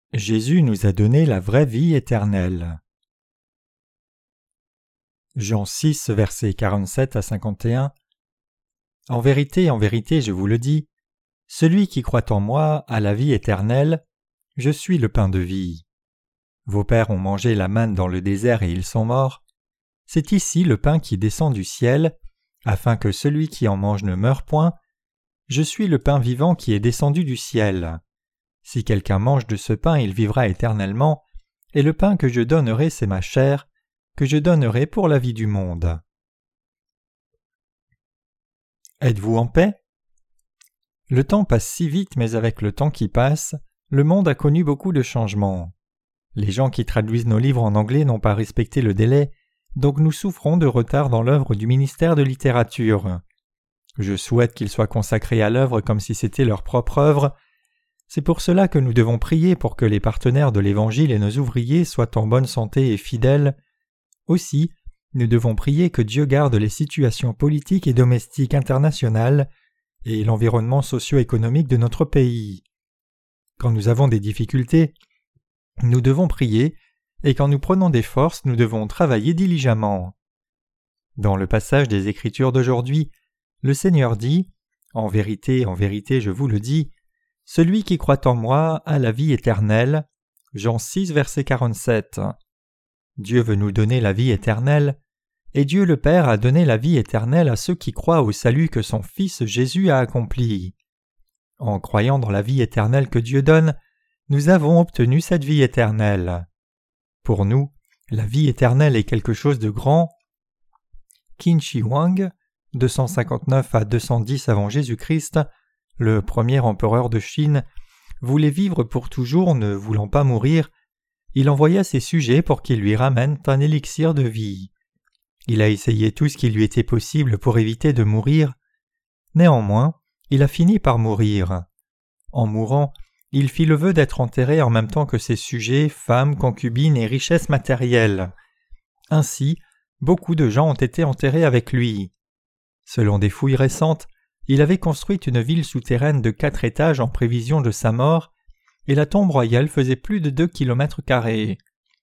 Jésus nous a donné la vraie vie éternelle. Jean 6, versets 47 à 51. En vérité, je vous le dis, celui qui croit en moi a la vie éternelle, je suis le pain de vie. Vos pères ont mangé la manne dans le désert et ils sont morts. C'est ici le pain qui descend du ciel, afin que celui qui en mange ne meure point. Je suis le pain vivant qui est descendu du ciel. Si quelqu'un mange de ce pain, il vivra éternellement, et le pain que je donnerai, c'est ma chair, que je donnerai pour la vie du monde. Êtes-vous en paix? Le temps passe si vite, mais avec le temps qui passe, le monde a connu beaucoup de changements. Les gens qui traduisent nos livres en anglais n'ont pas respecté le délai, donc nous souffrons de retard dans l'œuvre du ministère de littérature. Je souhaite qu'ils soient consacrés à l'œuvre comme si c'était leur propre œuvre. C'est pour cela que nous devons prier pour que les partenaires de l'Évangile et nos ouvriers soient en bonne santé et fidèles. Aussi, nous devons prier que Dieu garde les situations politiques et domestiques internationales et l'environnement socio-économique de notre pays. Quand nous avons des difficultés, nous devons prier, et quand nous prenons des forces, nous devons travailler diligemment. Dans le passage des Écritures d'aujourd'hui, le Seigneur dit « En vérité, je vous le dis, celui qui croit en moi a la vie éternelle. » Jean 6, verset 47. Dieu veut nous donner la vie éternelle, et Dieu le Père a donné la vie éternelle à ceux qui croient au salut que son Fils Jésus a accompli. En croyant dans la vie éternelle que Dieu donne, nous avons obtenu cette vie éternelle. Pour nous, la vie éternelle est quelque chose de grand. Qin Shi Huang, 259 à 210 avant Jésus-Christ, le premier empereur de Chine, voulait vivre pour toujours, ne voulant pas mourir. Il envoya ses sujets pour qu'ils lui ramènent un élixir de vie. Il a essayé tout ce qui lui était possible pour éviter de mourir. Néanmoins, il a fini par mourir. En mourant, il fit le vœu d'être enterré en même temps que ses sujets, femmes, concubines et richesses matérielles. Ainsi, beaucoup de gens ont été enterrés avec lui. Selon des fouilles récentes, il avait construit une ville souterraine de 4 étages en prévision de sa mort, et la tombe royale faisait plus de 2 km².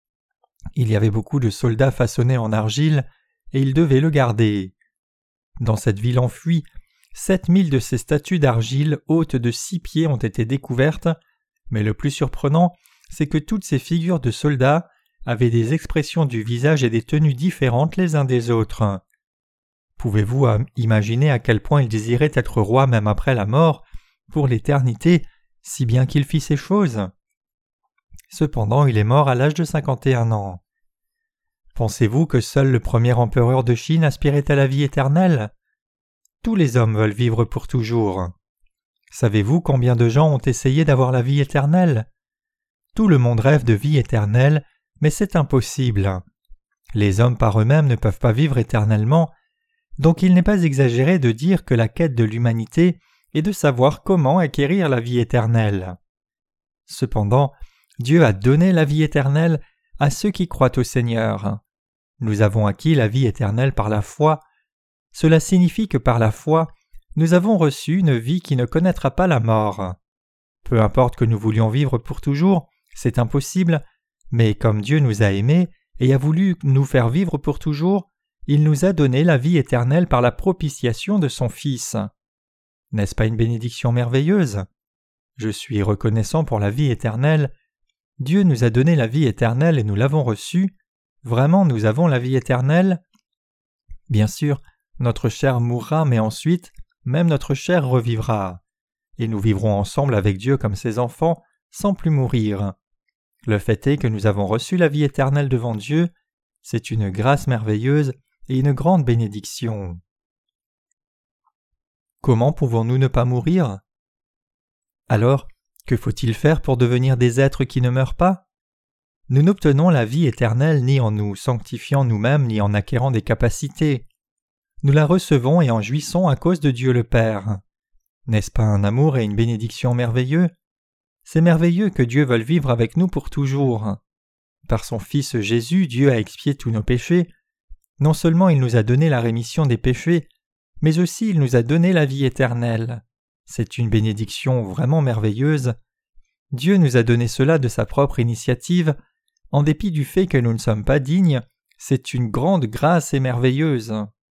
Il y avait beaucoup de soldats façonnés en argile, et ils devaient le garder. Dans cette ville enfuie, 7000 de ces statues d'argile hautes de 6 pieds ont été découvertes, mais le plus surprenant, c'est que toutes ces figures de soldats avaient des expressions du visage et des tenues différentes les uns des autres. Pouvez-vous imaginer à quel point il désirait être roi même après la mort, pour l'éternité, si bien qu'il fit ces choses? Cependant, il est mort à l'âge de 51 ans. Pensez-vous que seul le premier empereur de Chine aspirait à la vie éternelle? Tous les hommes veulent vivre pour toujours. Savez-vous combien de gens ont essayé d'avoir la vie éternelle? Tout le monde rêve de vie éternelle, mais c'est impossible. Les hommes par eux-mêmes ne peuvent pas vivre éternellement, donc il n'est pas exagéré de dire que la quête de l'humanité est de savoir comment acquérir la vie éternelle. Cependant, Dieu a donné la vie éternelle à ceux qui croient au Seigneur. Nous avons acquis la vie éternelle par la foi. Cela signifie que par la foi, nous avons reçu une vie qui ne connaîtra pas la mort. Peu importe que nous voulions vivre pour toujours, c'est impossible, mais comme Dieu nous a aimés et a voulu nous faire vivre pour toujours, il nous a donné la vie éternelle par la propitiation de son Fils. N'est-ce pas une bénédiction merveilleuse? Je suis reconnaissant pour la vie éternelle. Dieu nous a donné la vie éternelle et nous l'avons reçue. Vraiment, nous avons la vie éternelle? Bien sûr, notre chair mourra, mais ensuite, même notre chair revivra. Et nous vivrons ensemble avec Dieu comme ses enfants, sans plus mourir. Le fait est que nous avons reçu la vie éternelle devant Dieu. C'est une grâce merveilleuse et une grande bénédiction. Comment pouvons-nous ne pas mourir? Alors, que faut-il faire pour devenir des êtres qui ne meurent pas? Nous n'obtenons la vie éternelle ni en nous sanctifiant nous-mêmes ni en acquérant des capacités. Nous la recevons et en jouissons à cause de Dieu le Père. N'est-ce pas un amour et une bénédiction merveilleux? C'est merveilleux que Dieu veuille vivre avec nous pour toujours. Par son Fils Jésus, Dieu a expié tous nos péchés. Non seulement il nous a donné la rémission des péchés, mais aussi il nous a donné la vie éternelle. C'est une bénédiction vraiment merveilleuse. Dieu nous a donné cela de sa propre initiative, en dépit du fait que nous ne sommes pas dignes, c'est une grande grâce et merveilleuse.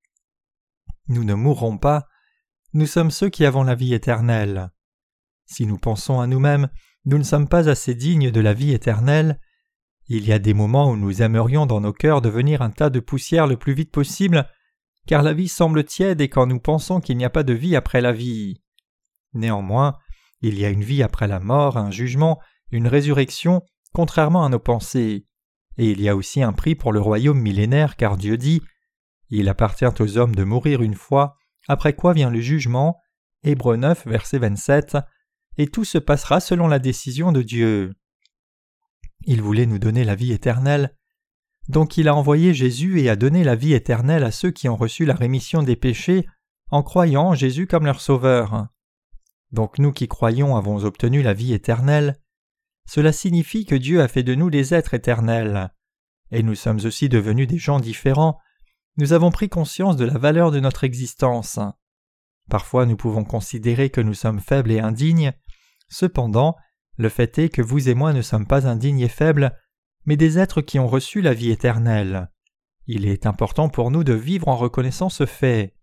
Nous ne mourrons pas, nous sommes ceux qui avons la vie éternelle. Si nous pensons à nous-mêmes, nous ne sommes pas assez dignes de la vie éternelle. Il y a des moments où nous aimerions dans nos cœurs devenir un tas de poussière le plus vite possible, car la vie semble tiède et quand nous pensons qu'il n'y a pas de vie après la vie. Néanmoins, il y a une vie après la mort, un jugement, une résurrection, contrairement à nos pensées. Et il y a aussi un prix pour le royaume millénaire, car Dieu dit « Il appartient aux hommes de mourir une fois, après quoi vient le jugement » Hébreux 9, verset 27, et tout se passera selon la décision de Dieu. Il voulait nous donner la vie éternelle, donc il a envoyé Jésus et a donné la vie éternelle à ceux qui ont reçu la rémission des péchés en croyant en Jésus comme leur sauveur. Donc nous qui croyons avons obtenu la vie éternelle. Cela signifie que Dieu a fait de nous des êtres éternels. Et nous sommes aussi devenus des gens différents. Nous avons pris conscience de la valeur de notre existence. Parfois nous pouvons considérer que nous sommes faibles et indignes. Cependant, le fait est que vous et moi ne sommes pas indignes et faibles, mais des êtres qui ont reçu la vie éternelle. Il est important pour nous de vivre en reconnaissant ce fait.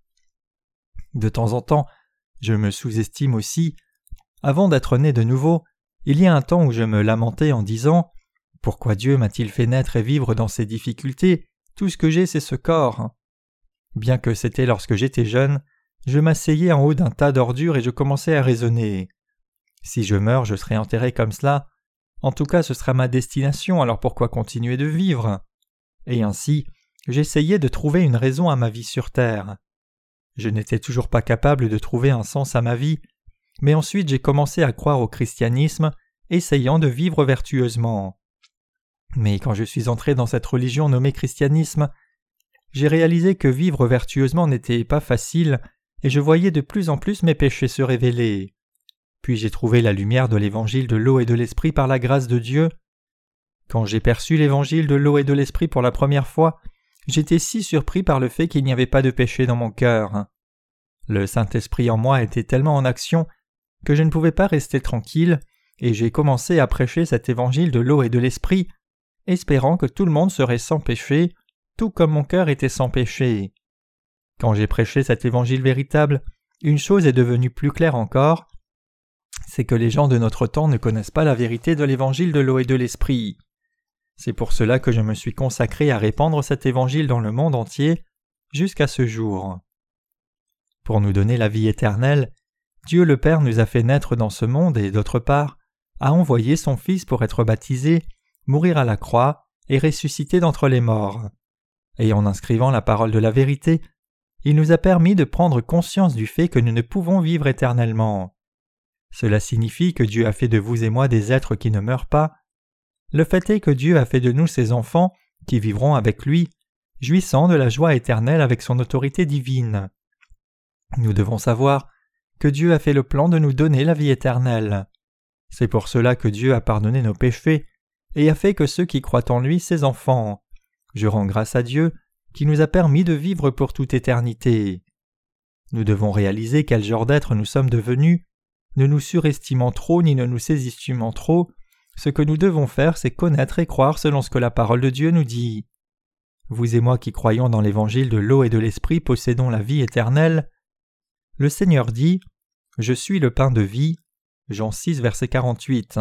De temps en temps, je me sous-estime aussi. Avant d'être né de nouveau, il y a un temps où je me lamentais en disant « Pourquoi Dieu m'a-t-il fait naître et vivre dans ces difficultés? Tout ce que j'ai, c'est ce corps. » Bien que c'était lorsque j'étais jeune, je m'asseyais en haut d'un tas d'ordures et je commençais à raisonner. Si je meurs, je serai enterré comme cela. En tout cas, ce sera ma destination, alors pourquoi continuer de vivre? Et ainsi, j'essayais de trouver une raison à ma vie sur terre. Je n'étais toujours pas capable de trouver un sens à ma vie, mais ensuite j'ai commencé à croire au christianisme, essayant de vivre vertueusement. Mais quand je suis entré dans cette religion nommée christianisme, j'ai réalisé que vivre vertueusement n'était pas facile, et je voyais de plus en plus mes péchés se révéler. Puis j'ai trouvé la lumière de l'évangile de l'eau et de l'esprit par la grâce de Dieu. Quand j'ai perçu l'évangile de l'eau et de l'esprit pour la première fois, j'étais si surpris par le fait qu'il n'y avait pas de péché dans mon cœur. Le Saint-Esprit en moi était tellement en action que je ne pouvais pas rester tranquille, et j'ai commencé à prêcher cet évangile de l'eau et de l'esprit, espérant que tout le monde serait sans péché, tout comme mon cœur était sans péché. Quand j'ai prêché cet évangile véritable, une chose est devenue plus claire encore, c'est que les gens de notre temps ne connaissent pas la vérité de l'évangile de l'eau et de l'esprit. C'est pour cela que je me suis consacré à répandre cet évangile dans le monde entier, jusqu'à ce jour. Pour nous donner la vie éternelle, Dieu le Père nous a fait naître dans ce monde et, d'autre part, a envoyé son Fils pour être baptisé, mourir à la croix et ressusciter d'entre les morts. Et en inscrivant la parole de la vérité, il nous a permis de prendre conscience du fait que nous ne pouvons vivre éternellement. Cela signifie que Dieu a fait de vous et moi des êtres qui ne meurent pas. Le fait est que Dieu a fait de nous ses enfants qui vivront avec lui, jouissant de la joie éternelle avec son autorité divine. Nous devons savoir que Dieu a fait le plan de nous donner la vie éternelle. C'est pour cela que Dieu a pardonné nos péchés et a fait que ceux qui croient en lui, ses enfants. Je rends grâce à Dieu qui nous a permis de vivre pour toute éternité. Nous devons réaliser quel genre d'être nous sommes devenus. Ne nous surestimons trop ni ne nous sésestimons trop. Ce que nous devons faire, c'est connaître et croire selon ce que la parole de Dieu nous dit. Vous et moi qui croyons dans l'évangile de l'eau et de l'esprit possédons la vie éternelle. Le Seigneur dit « Je suis le pain de vie » Jean 6, verset 48.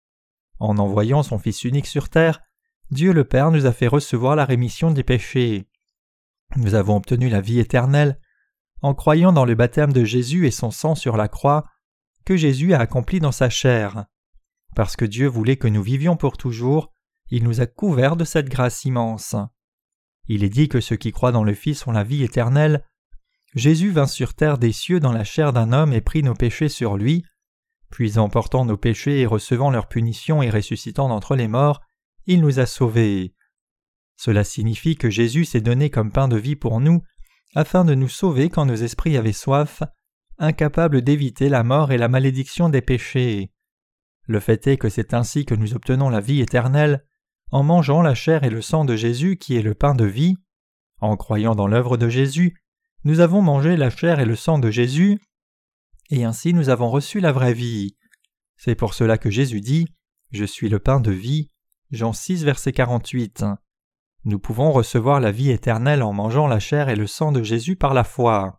En envoyant son Fils unique sur terre, Dieu le Père nous a fait recevoir la rémission des péchés. Nous avons obtenu la vie éternelle en croyant dans le baptême de Jésus et son sang sur la croix que Jésus a accompli dans sa chair. Parce que Dieu voulait que nous vivions pour toujours, il nous a couverts de cette grâce immense. Il est dit que ceux qui croient dans le Fils ont la vie éternelle. Jésus vint sur terre des cieux dans la chair d'un homme et prit nos péchés sur lui. Puis en portant nos péchés et recevant leur punition et ressuscitant d'entre les morts, il nous a sauvés. Cela signifie que Jésus s'est donné comme pain de vie pour nous, afin de nous sauver quand nos esprits avaient soif, incapables d'éviter la mort et la malédiction des péchés. Le fait est que c'est ainsi que nous obtenons la vie éternelle, en mangeant la chair et le sang de Jésus qui est le pain de vie. En croyant dans l'œuvre de Jésus, nous avons mangé la chair et le sang de Jésus, et ainsi nous avons reçu la vraie vie. C'est pour cela que Jésus dit Je suis le pain de vie. Jean 6, verset 48. Nous pouvons recevoir la vie éternelle en mangeant la chair et le sang de Jésus par la foi.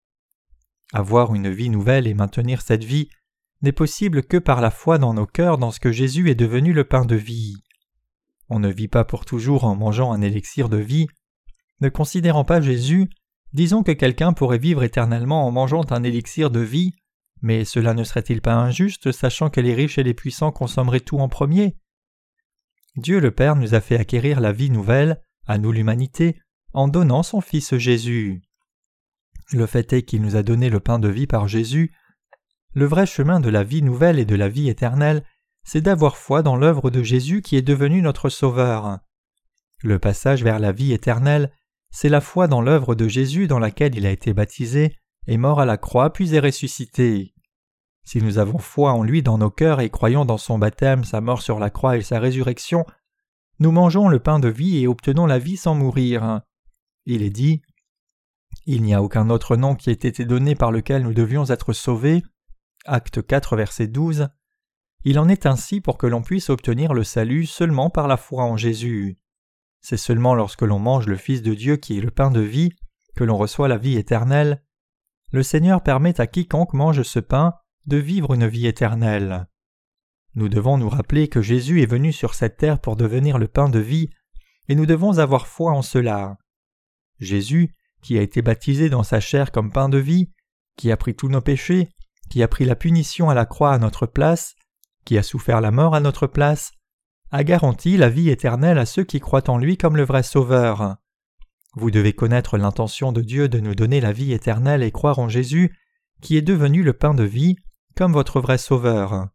Avoir une vie nouvelle et maintenir cette vie n'est possible que par la foi dans nos cœurs dans ce que Jésus est devenu le pain de vie. On ne vit pas pour toujours en mangeant un élixir de vie. Ne considérant pas Jésus, disons que quelqu'un pourrait vivre éternellement en mangeant un élixir de vie, mais cela ne serait-il pas injuste, sachant que les riches et les puissants consommeraient tout en premier? Dieu le Père nous a fait acquérir la vie nouvelle, à nous l'humanité, en donnant son Fils Jésus. Le fait est qu'il nous a donné le pain de vie par Jésus. Le vrai chemin de la vie nouvelle et de la vie éternelle, c'est d'avoir foi dans l'œuvre de Jésus qui est devenu notre Sauveur. Le passage vers la vie éternelle, c'est la foi dans l'œuvre de Jésus dans laquelle il a été baptisé, est mort à la croix puis est ressuscité. Si nous avons foi en lui dans nos cœurs et croyons dans son baptême, sa mort sur la croix et sa résurrection, nous mangeons le pain de vie et obtenons la vie sans mourir. Il est dit « Il n'y a aucun autre nom qui ait été donné par lequel nous devions être sauvés » Acte 4, verset 12. Il en est ainsi pour que l'on puisse obtenir le salut seulement par la foi en Jésus. C'est seulement lorsque l'on mange le Fils de Dieu qui est le pain de vie que l'on reçoit la vie éternelle. Le Seigneur permet à quiconque mange ce pain de vivre une vie éternelle. Nous devons nous rappeler que Jésus est venu sur cette terre pour devenir le pain de vie, et nous devons avoir foi en cela. Jésus, qui a été baptisé dans sa chair comme pain de vie, qui a pris tous nos péchés, qui a pris la punition à la croix à notre place, qui a souffert la mort à notre place, a garanti la vie éternelle à ceux qui croient en lui comme le vrai Sauveur. Vous devez connaître l'intention de Dieu de nous donner la vie éternelle et croire en Jésus, qui est devenu le pain de vie, comme votre vrai Sauveur.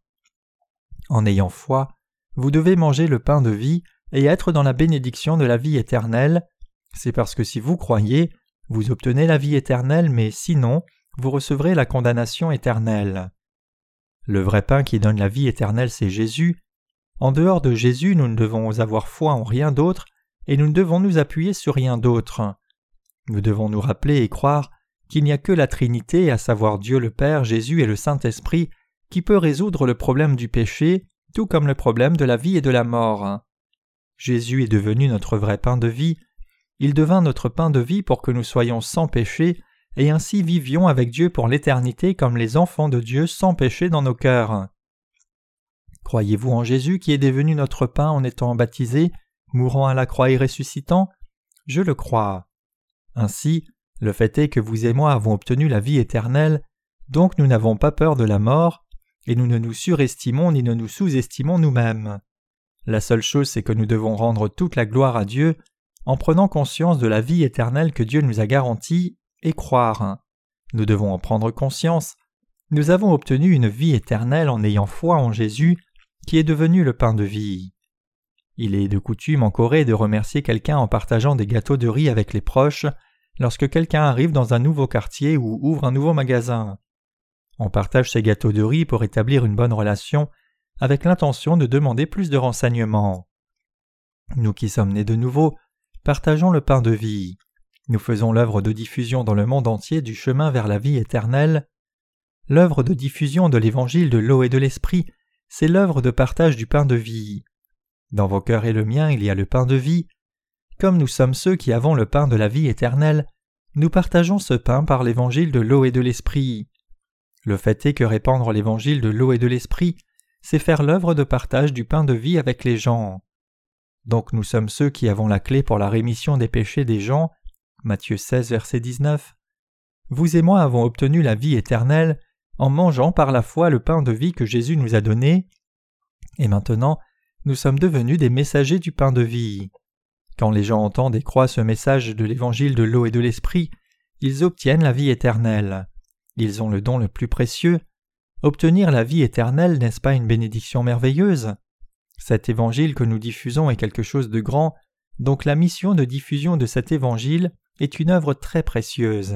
En ayant foi, vous devez manger le pain de vie et être dans la bénédiction de la vie éternelle. C'est parce que si vous croyez, vous obtenez la vie éternelle, mais sinon, vous recevrez la condamnation éternelle. Le vrai pain qui donne la vie éternelle, c'est Jésus. En dehors de Jésus, nous ne devons avoir foi en rien d'autre, et nous ne devons nous appuyer sur rien d'autre. Nous devons nous rappeler et croire qu'il n'y a que la Trinité, à savoir Dieu le Père, Jésus et le Saint-Esprit, qui peut résoudre le problème du péché, tout comme le problème de la vie et de la mort. Jésus est devenu notre vrai pain de vie. Il devint notre pain de vie pour que nous soyons sans péché, et ainsi vivions avec Dieu pour l'éternité comme les enfants de Dieu sans péché dans nos cœurs. Croyez-vous en Jésus qui est devenu notre pain en étant baptisé, mourant à la croix et ressuscitant? Je le crois. Ainsi, le fait est que vous et moi avons obtenu la vie éternelle, donc nous n'avons pas peur de la mort, et nous ne nous surestimons ni ne nous sous-estimons nous-mêmes. La seule chose c'est que nous devons rendre toute la gloire à Dieu en prenant conscience de la vie éternelle que Dieu nous a garantie et croire. Nous devons en prendre conscience. Nous avons obtenu une vie éternelle en ayant foi en Jésus qui est devenu le pain de vie. Il est de coutume en Corée de remercier quelqu'un en partageant des gâteaux de riz avec les proches lorsque quelqu'un arrive dans un nouveau quartier ou ouvre un nouveau magasin. On partage ces gâteaux de riz pour établir une bonne relation avec l'intention de demander plus de renseignements. Nous qui sommes nés de nouveau, partageons le pain de vie. Nous faisons l'œuvre de diffusion dans le monde entier du chemin vers la vie éternelle. L'œuvre de diffusion de l'évangile de l'eau et de l'esprit, c'est l'œuvre de partage du pain de vie. Dans vos cœurs et le mien, il y a le pain de vie. Comme nous sommes ceux qui avons le pain de la vie éternelle, nous partageons ce pain par l'évangile de l'eau et de l'esprit. Le fait est que répandre l'évangile de l'eau et de l'esprit, c'est faire l'œuvre de partage du pain de vie avec les gens. Donc nous sommes ceux qui avons la clé pour la rémission des péchés des gens. Matthieu 16, verset 19. Vous et moi avons obtenu la vie éternelle en mangeant par la foi le pain de vie que Jésus nous a donné, et maintenant nous sommes devenus des messagers du pain de vie. Quand les gens entendent et croient ce message de l'évangile de l'eau et de l'esprit, ils obtiennent la vie éternelle. Ils ont le don le plus précieux. Obtenir la vie éternelle, n'est-ce pas une bénédiction merveilleuse? Cet évangile que nous diffusons est quelque chose de grand, donc la mission de diffusion de cet évangile est une œuvre très précieuse.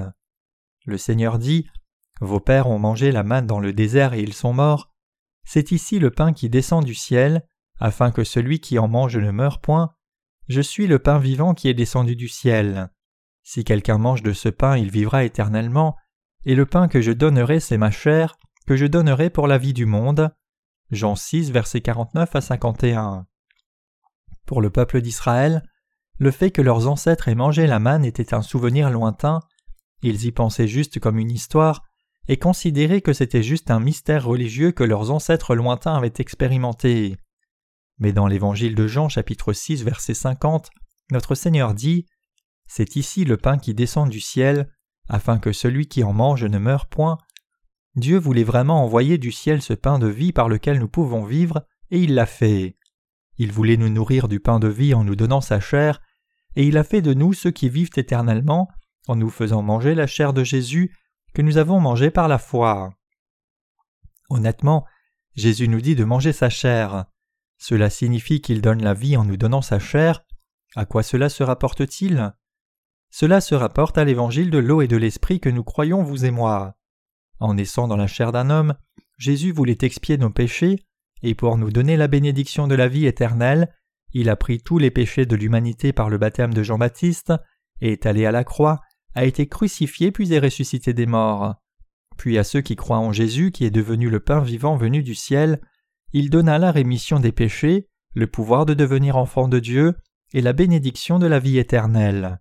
Le Seigneur dit « Vos pères ont mangé la manne dans le désert et ils sont morts. C'est ici le pain qui descend du ciel, afin que celui qui en mange ne meure point. Je suis le pain vivant qui est descendu du ciel. Si quelqu'un mange de ce pain, il vivra éternellement, et le pain que je donnerai, c'est ma chair, que je donnerai pour la vie du monde. Jean 6, versets 49 à 51. Pour le peuple d'Israël, le fait que leurs ancêtres aient mangé la manne était un souvenir lointain, ils y pensaient juste comme une histoire, et considéraient que c'était juste un mystère religieux que leurs ancêtres lointains avaient expérimenté. Mais dans l'évangile de Jean chapitre 6 verset 50, notre Seigneur dit « C'est ici le pain qui descend du ciel, afin que celui qui en mange ne meure point. » Dieu voulait vraiment envoyer du ciel ce pain de vie par lequel nous pouvons vivre, et il l'a fait. Il voulait nous nourrir du pain de vie en nous donnant sa chair, et il a fait de nous ceux qui vivent éternellement en nous faisant manger la chair de Jésus que nous avons mangée par la foi. Honnêtement, Jésus nous dit de manger sa chair. Cela signifie qu'il donne la vie en nous donnant sa chair. À quoi cela se rapporte-t-il ? Cela se rapporte à l'évangile de l'eau et de l'esprit que nous croyons, vous et moi. En naissant dans la chair d'un homme, Jésus voulait expier nos péchés, et pour nous donner la bénédiction de la vie éternelle, il a pris tous les péchés de l'humanité par le baptême de Jean-Baptiste, est allé à la croix, a été crucifié puis est ressuscité des morts. Puis à ceux qui croient en Jésus qui est devenu le pain vivant venu du ciel, il donna la rémission des péchés, le pouvoir de devenir enfant de Dieu et la bénédiction de la vie éternelle.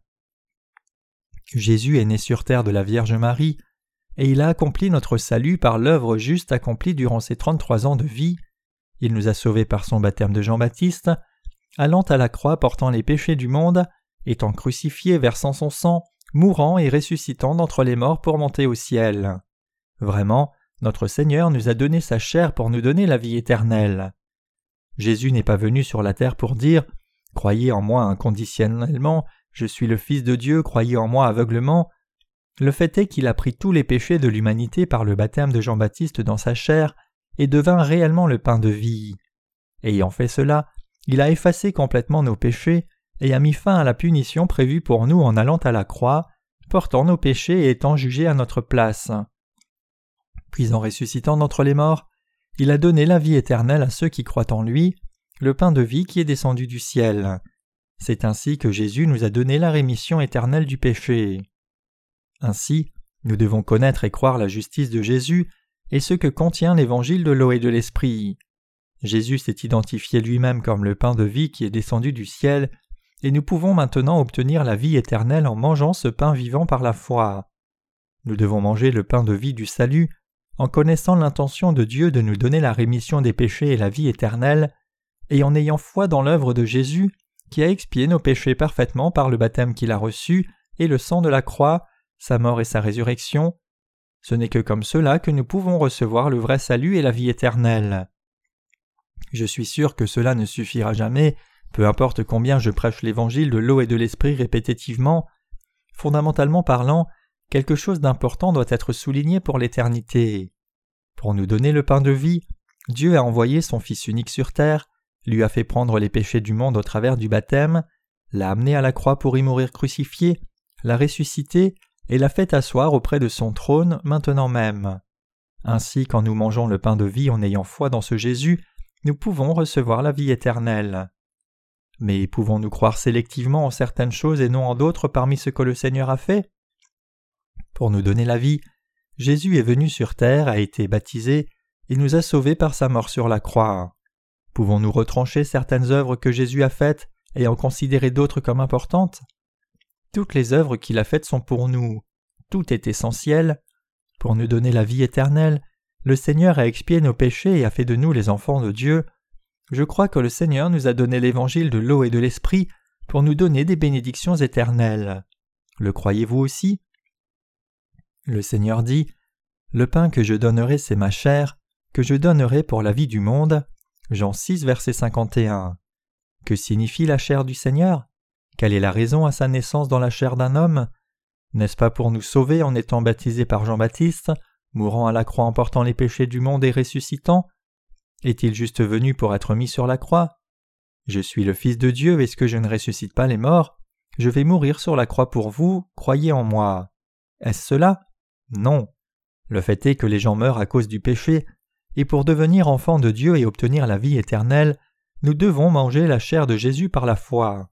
Jésus est né sur terre de la Vierge Marie, et il a accompli notre salut par l'œuvre juste accomplie durant ses 33 ans de vie. Il nous a sauvés par son baptême de Jean-Baptiste, allant à la croix portant les péchés du monde, étant crucifié, versant son sang, mourant et ressuscitant d'entre les morts pour monter au ciel. Vraiment, notre Seigneur nous a donné sa chair pour nous donner la vie éternelle. Jésus n'est pas venu sur la terre pour dire « Croyez en moi inconditionnellement, je suis le Fils de Dieu, croyez en moi aveuglement ». Le fait est qu'il a pris tous les péchés de l'humanité par le baptême de Jean-Baptiste dans sa chair et devint réellement le pain de vie. Ayant fait cela, il a effacé complètement nos péchés et a mis fin à la punition prévue pour nous en allant à la croix, portant nos péchés et étant jugé à notre place. Puis en ressuscitant d'entre les morts, il a donné la vie éternelle à ceux qui croient en lui, le pain de vie qui est descendu du ciel. C'est ainsi que Jésus nous a donné la rémission éternelle du péché. Ainsi, nous devons connaître et croire la justice de Jésus et ce que contient l'évangile de l'eau et de l'esprit. Jésus s'est identifié lui-même comme le pain de vie qui est descendu du ciel, et nous pouvons maintenant obtenir la vie éternelle en mangeant ce pain vivant par la foi. Nous devons manger le pain de vie du salut en connaissant l'intention de Dieu de nous donner la rémission des péchés et la vie éternelle, et en ayant foi dans l'œuvre de Jésus qui a expié nos péchés parfaitement par le baptême qu'il a reçu et le sang de la croix, sa mort et sa résurrection. Ce n'est que comme cela que nous pouvons recevoir le vrai salut et la vie éternelle. Je suis sûr que cela ne suffira jamais, peu importe combien je prêche l'évangile de l'eau et de l'esprit répétitivement. Fondamentalement parlant, quelque chose d'important doit être souligné pour l'éternité. Pour nous donner le pain de vie, Dieu a envoyé son Fils unique sur terre, lui a fait prendre les péchés du monde au travers du baptême, l'a amené à la croix pour y mourir crucifié, l'a ressuscité et l'a fait asseoir auprès de son trône maintenant même. Ainsi, quand nous mangeons le pain de vie en ayant foi dans ce Jésus, nous pouvons recevoir la vie éternelle. Mais pouvons-nous croire sélectivement en certaines choses et non en d'autres parmi ce que le Seigneur a fait ? Pour nous donner la vie, Jésus est venu sur terre, a été baptisé et nous a sauvés par sa mort sur la croix. Pouvons-nous retrancher certaines œuvres que Jésus a faites et en considérer d'autres comme importantes ? Toutes les œuvres qu'il a faites sont pour nous. Tout est essentiel. Pour nous donner la vie éternelle, le Seigneur a expié nos péchés et a fait de nous les enfants de Dieu. Je crois que le Seigneur nous a donné l'évangile de l'eau et de l'esprit pour nous donner des bénédictions éternelles. Le croyez-vous aussi ? Le Seigneur dit « Le pain que je donnerai, c'est ma chair, que je donnerai pour la vie du monde. » Jean 6, verset 51. Que signifie la chair du Seigneur ? Quelle est la raison à sa naissance dans la chair d'un homme ? N'est-ce pas pour nous sauver en étant baptisé par Jean-Baptiste, mourant à la croix en portant les péchés du monde et ressuscitant ? Est-il juste venu pour être mis sur la croix ? Je suis le Fils de Dieu, est-ce que je ne ressuscite pas les morts ? Je vais mourir sur la croix pour vous, croyez en moi. Est-ce cela ? Non. Le fait est que les gens meurent à cause du péché, et pour devenir enfants de Dieu et obtenir la vie éternelle, nous devons manger la chair de Jésus par la foi.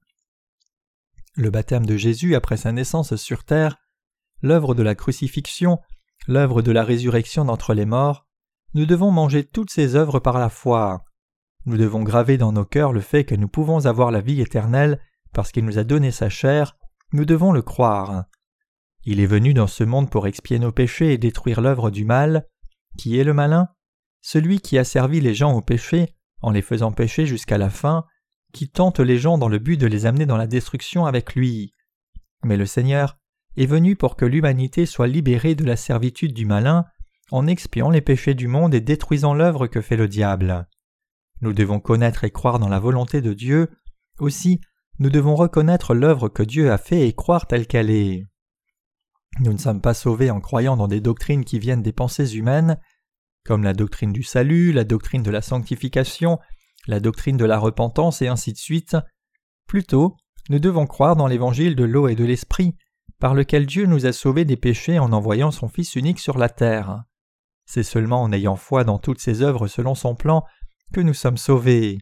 Le baptême de Jésus après sa naissance sur terre, l'œuvre de la crucifixion, l'œuvre de la résurrection d'entre les morts, nous devons manger toutes ses œuvres par la foi. Nous devons graver dans nos cœurs le fait que nous pouvons avoir la vie éternelle parce qu'il nous a donné sa chair, nous devons le croire. Il est venu dans ce monde pour expier nos péchés et détruire l'œuvre du mal. Qui est le malin? Celui qui a servi les gens au péché, en les faisant pécher jusqu'à la fin, qui tente les gens dans le but de les amener dans la destruction avec lui. Mais le Seigneur est venu pour que l'humanité soit libérée de la servitude du malin, en expiant les péchés du monde et détruisant l'œuvre que fait le diable. Nous devons connaître et croire dans la volonté de Dieu. Aussi, nous devons reconnaître l'œuvre que Dieu a fait et croire telle qu'elle est. Nous ne sommes pas sauvés en croyant dans des doctrines qui viennent des pensées humaines, comme la doctrine du salut, la doctrine de la sanctification, la doctrine de la repentance et ainsi de suite. Plutôt, nous devons croire dans l'évangile de l'eau et de l'esprit, par lequel Dieu nous a sauvés des péchés en envoyant son Fils unique sur la terre. C'est seulement en ayant foi dans toutes ses œuvres selon son plan que nous sommes sauvés.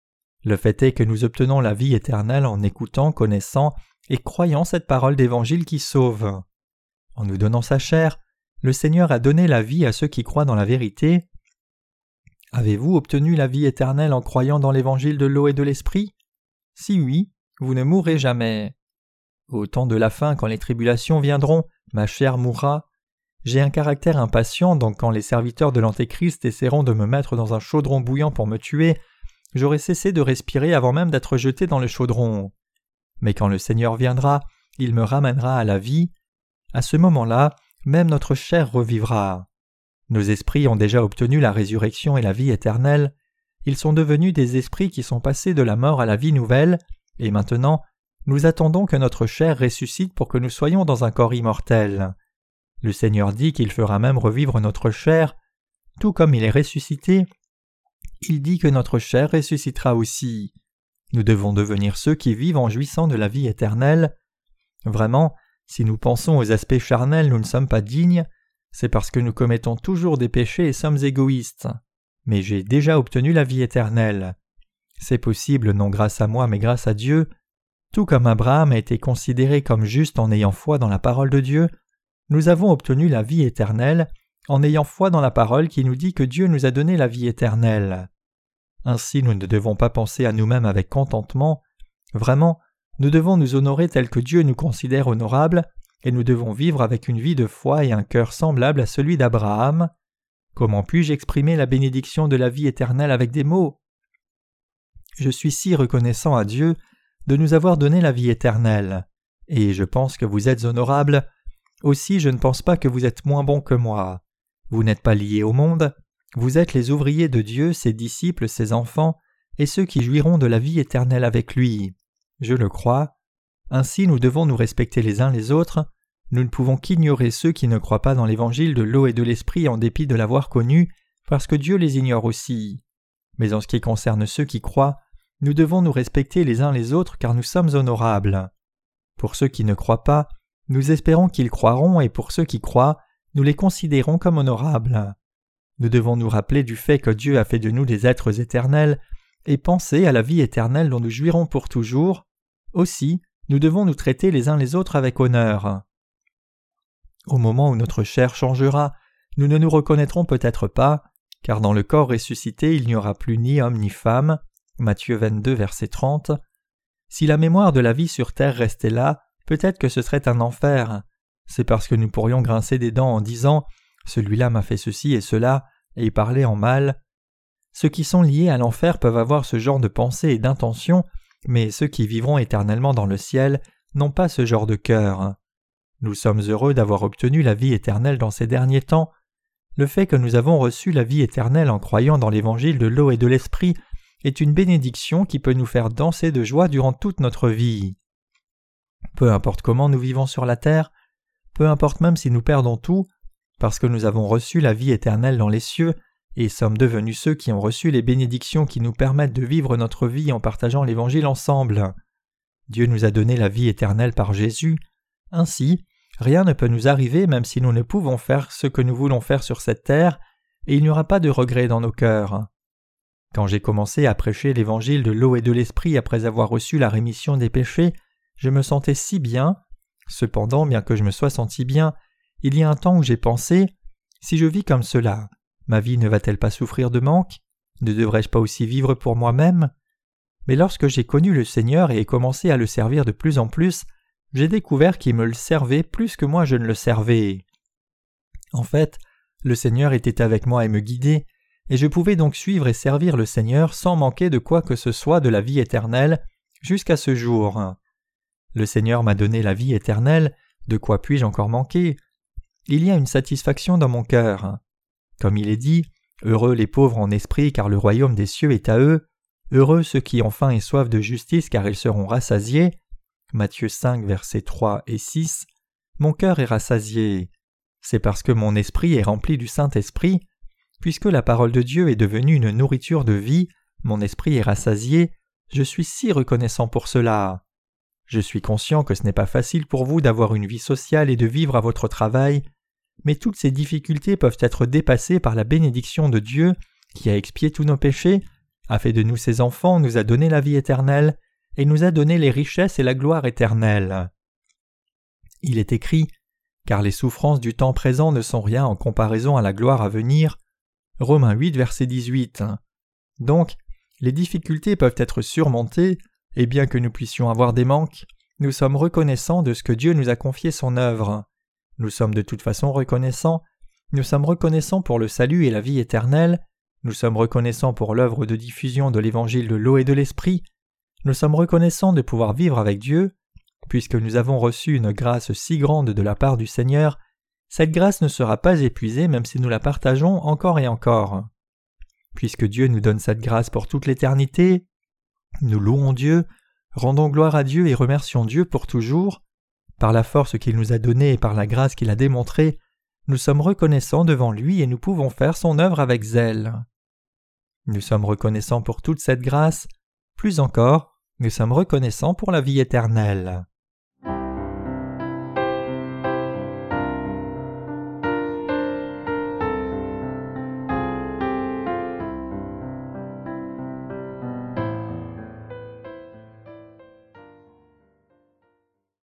Le fait est que nous obtenons la vie éternelle en écoutant, connaissant et croyant cette parole d'évangile qui sauve. En nous donnant sa chair, le Seigneur a donné la vie à ceux qui croient dans la vérité. Avez-vous obtenu la vie éternelle en croyant dans l'évangile de l'eau et de l'esprit? Si oui, vous ne mourrez jamais. Au temps de la fin, quand les tribulations viendront, ma chair mourra. J'ai un caractère impatient, donc quand les serviteurs de l'Antéchrist essaieront de me mettre dans un chaudron bouillant pour me tuer, j'aurai cessé de respirer avant même d'être jeté dans le chaudron. Mais quand le Seigneur viendra, il me ramènera à la vie. À ce moment-là, même notre chair revivra. Nos esprits ont déjà obtenu la résurrection et la vie éternelle. Ils sont devenus des esprits qui sont passés de la mort à la vie nouvelle, et maintenant, nous attendons que notre chair ressuscite pour que nous soyons dans un corps immortel. Le Seigneur dit qu'il fera même revivre notre chair. Tout comme il est ressuscité, il dit que notre chair ressuscitera aussi. Nous devons devenir ceux qui vivent en jouissant de la vie éternelle. Vraiment, si nous pensons aux aspects charnels, nous ne sommes pas dignes. C'est parce que nous commettons toujours des péchés et sommes égoïstes. Mais j'ai déjà obtenu la vie éternelle. C'est possible non grâce à moi mais grâce à Dieu. Tout comme Abraham a été considéré comme juste en ayant foi dans la parole de Dieu, nous avons obtenu la vie éternelle en ayant foi dans la parole qui nous dit que Dieu nous a donné la vie éternelle. Ainsi nous ne devons pas penser à nous-mêmes avec contentement. Vraiment, nous devons nous honorer tel que Dieu nous considère honorables, et nous devons vivre avec une vie de foi et un cœur semblable à celui d'Abraham. Comment puis-je exprimer la bénédiction de la vie éternelle avec des mots? Je suis si reconnaissant à Dieu de nous avoir donné la vie éternelle, et je pense que vous êtes honorables. Aussi, je ne pense pas que vous êtes moins bons que moi. Vous n'êtes pas liés au monde, vous êtes les ouvriers de Dieu, ses disciples, ses enfants, et ceux qui jouiront de la vie éternelle avec lui. Je le crois. Ainsi, nous devons nous respecter les uns les autres. Nous ne pouvons qu'ignorer ceux qui ne croient pas dans l'évangile de l'eau et de l'esprit en dépit de l'avoir connu, parce que Dieu les ignore aussi. Mais en ce qui concerne ceux qui croient, nous devons nous respecter les uns les autres car nous sommes honorables. Pour ceux qui ne croient pas, nous espérons qu'ils croiront, et pour ceux qui croient, nous les considérons comme honorables. Nous devons nous rappeler du fait que Dieu a fait de nous des êtres éternels et penser à la vie éternelle dont nous jouirons pour toujours. Aussi, nous devons nous traiter les uns les autres avec honneur. Au moment où notre chair changera, nous ne nous reconnaîtrons peut-être pas, car dans le corps ressuscité il n'y aura plus ni homme ni femme. Matthieu 22, verset 30. Si la mémoire de la vie sur terre restait là, peut-être que ce serait un enfer. C'est parce que nous pourrions grincer des dents en disant « celui-là m'a fait ceci et cela » et y parler en mal. Ceux qui sont liés à l'enfer peuvent avoir ce genre de pensée et d'intention, mais ceux qui vivront éternellement dans le ciel n'ont pas ce genre de cœur. Nous sommes heureux d'avoir obtenu la vie éternelle dans ces derniers temps. Le fait que nous avons reçu la vie éternelle en croyant dans l'évangile de l'eau et de l'esprit est une bénédiction qui peut nous faire danser de joie durant toute notre vie. Peu importe comment nous vivons sur la terre, peu importe même si nous perdons tout, parce que nous avons reçu la vie éternelle dans les cieux et sommes devenus ceux qui ont reçu les bénédictions qui nous permettent de vivre notre vie en partageant l'Évangile ensemble. Dieu nous a donné la vie éternelle par Jésus. Ainsi, rien ne peut nous arriver même si nous ne pouvons faire ce que nous voulons faire sur cette terre, et il n'y aura pas de regret dans nos cœurs. Quand j'ai commencé à prêcher l'Évangile de l'eau et de l'esprit après avoir reçu la rémission des péchés, je me sentais si bien. Cependant, bien que je me sois senti bien, il y a un temps où j'ai pensé « Si je vis comme cela, Ma vie ne va-t-elle pas souffrir de manque? Ne devrais-je pas aussi vivre pour moi-même? Mais lorsque j'ai connu le Seigneur et ai commencé à le servir de plus en plus, j'ai découvert qu'il me le servait plus que moi je ne le servais. En fait, le Seigneur était avec moi et me guidait, et je pouvais donc suivre et servir le Seigneur sans manquer de quoi que ce soit de la vie éternelle jusqu'à ce jour. Le Seigneur m'a donné la vie éternelle, de quoi puis-je encore manquer? Il y a une satisfaction dans mon cœur. Comme il est dit, « Heureux les pauvres en esprit, car le royaume des cieux est à eux. Heureux ceux qui ont faim et soif de justice, car ils seront rassasiés. » Matthieu 5, versets 3 et 6. Mon cœur est rassasié. C'est parce que mon esprit est rempli du Saint-Esprit. Puisque la parole de Dieu est devenue une nourriture de vie, mon esprit est rassasié. Je suis si reconnaissant pour cela. Je suis conscient que ce n'est pas facile pour vous d'avoir une vie sociale et de vivre à votre travail, mais toutes ces difficultés peuvent être dépassées par la bénédiction de Dieu qui a expié tous nos péchés, a fait de nous ses enfants, nous a donné la vie éternelle et nous a donné les richesses et la gloire éternelle. Il est écrit « Car les souffrances du temps présent ne sont rien en comparaison à la gloire à venir » Romains 8, verset 18. Donc, les difficultés peuvent être surmontées, et bien que nous puissions avoir des manques, nous sommes reconnaissants de ce que Dieu nous a confié son œuvre. Nous sommes de toute façon reconnaissants. Nous sommes reconnaissants pour le salut et la vie éternelle. Nous sommes reconnaissants pour l'œuvre de diffusion de l'évangile de l'eau et de l'esprit. Nous sommes reconnaissants de pouvoir vivre avec Dieu. Puisque nous avons reçu une grâce si grande de la part du Seigneur, cette grâce ne sera pas épuisée même si nous la partageons encore et encore. Puisque Dieu nous donne cette grâce pour toute l'éternité, nous louons Dieu, rendons gloire à Dieu et remercions Dieu pour toujours. Par la force qu'il nous a donnée et par la grâce qu'il a démontrée, nous sommes reconnaissants devant lui et nous pouvons faire son œuvre avec zèle. Nous sommes reconnaissants pour toute cette grâce. Plus encore, nous sommes reconnaissants pour la vie éternelle.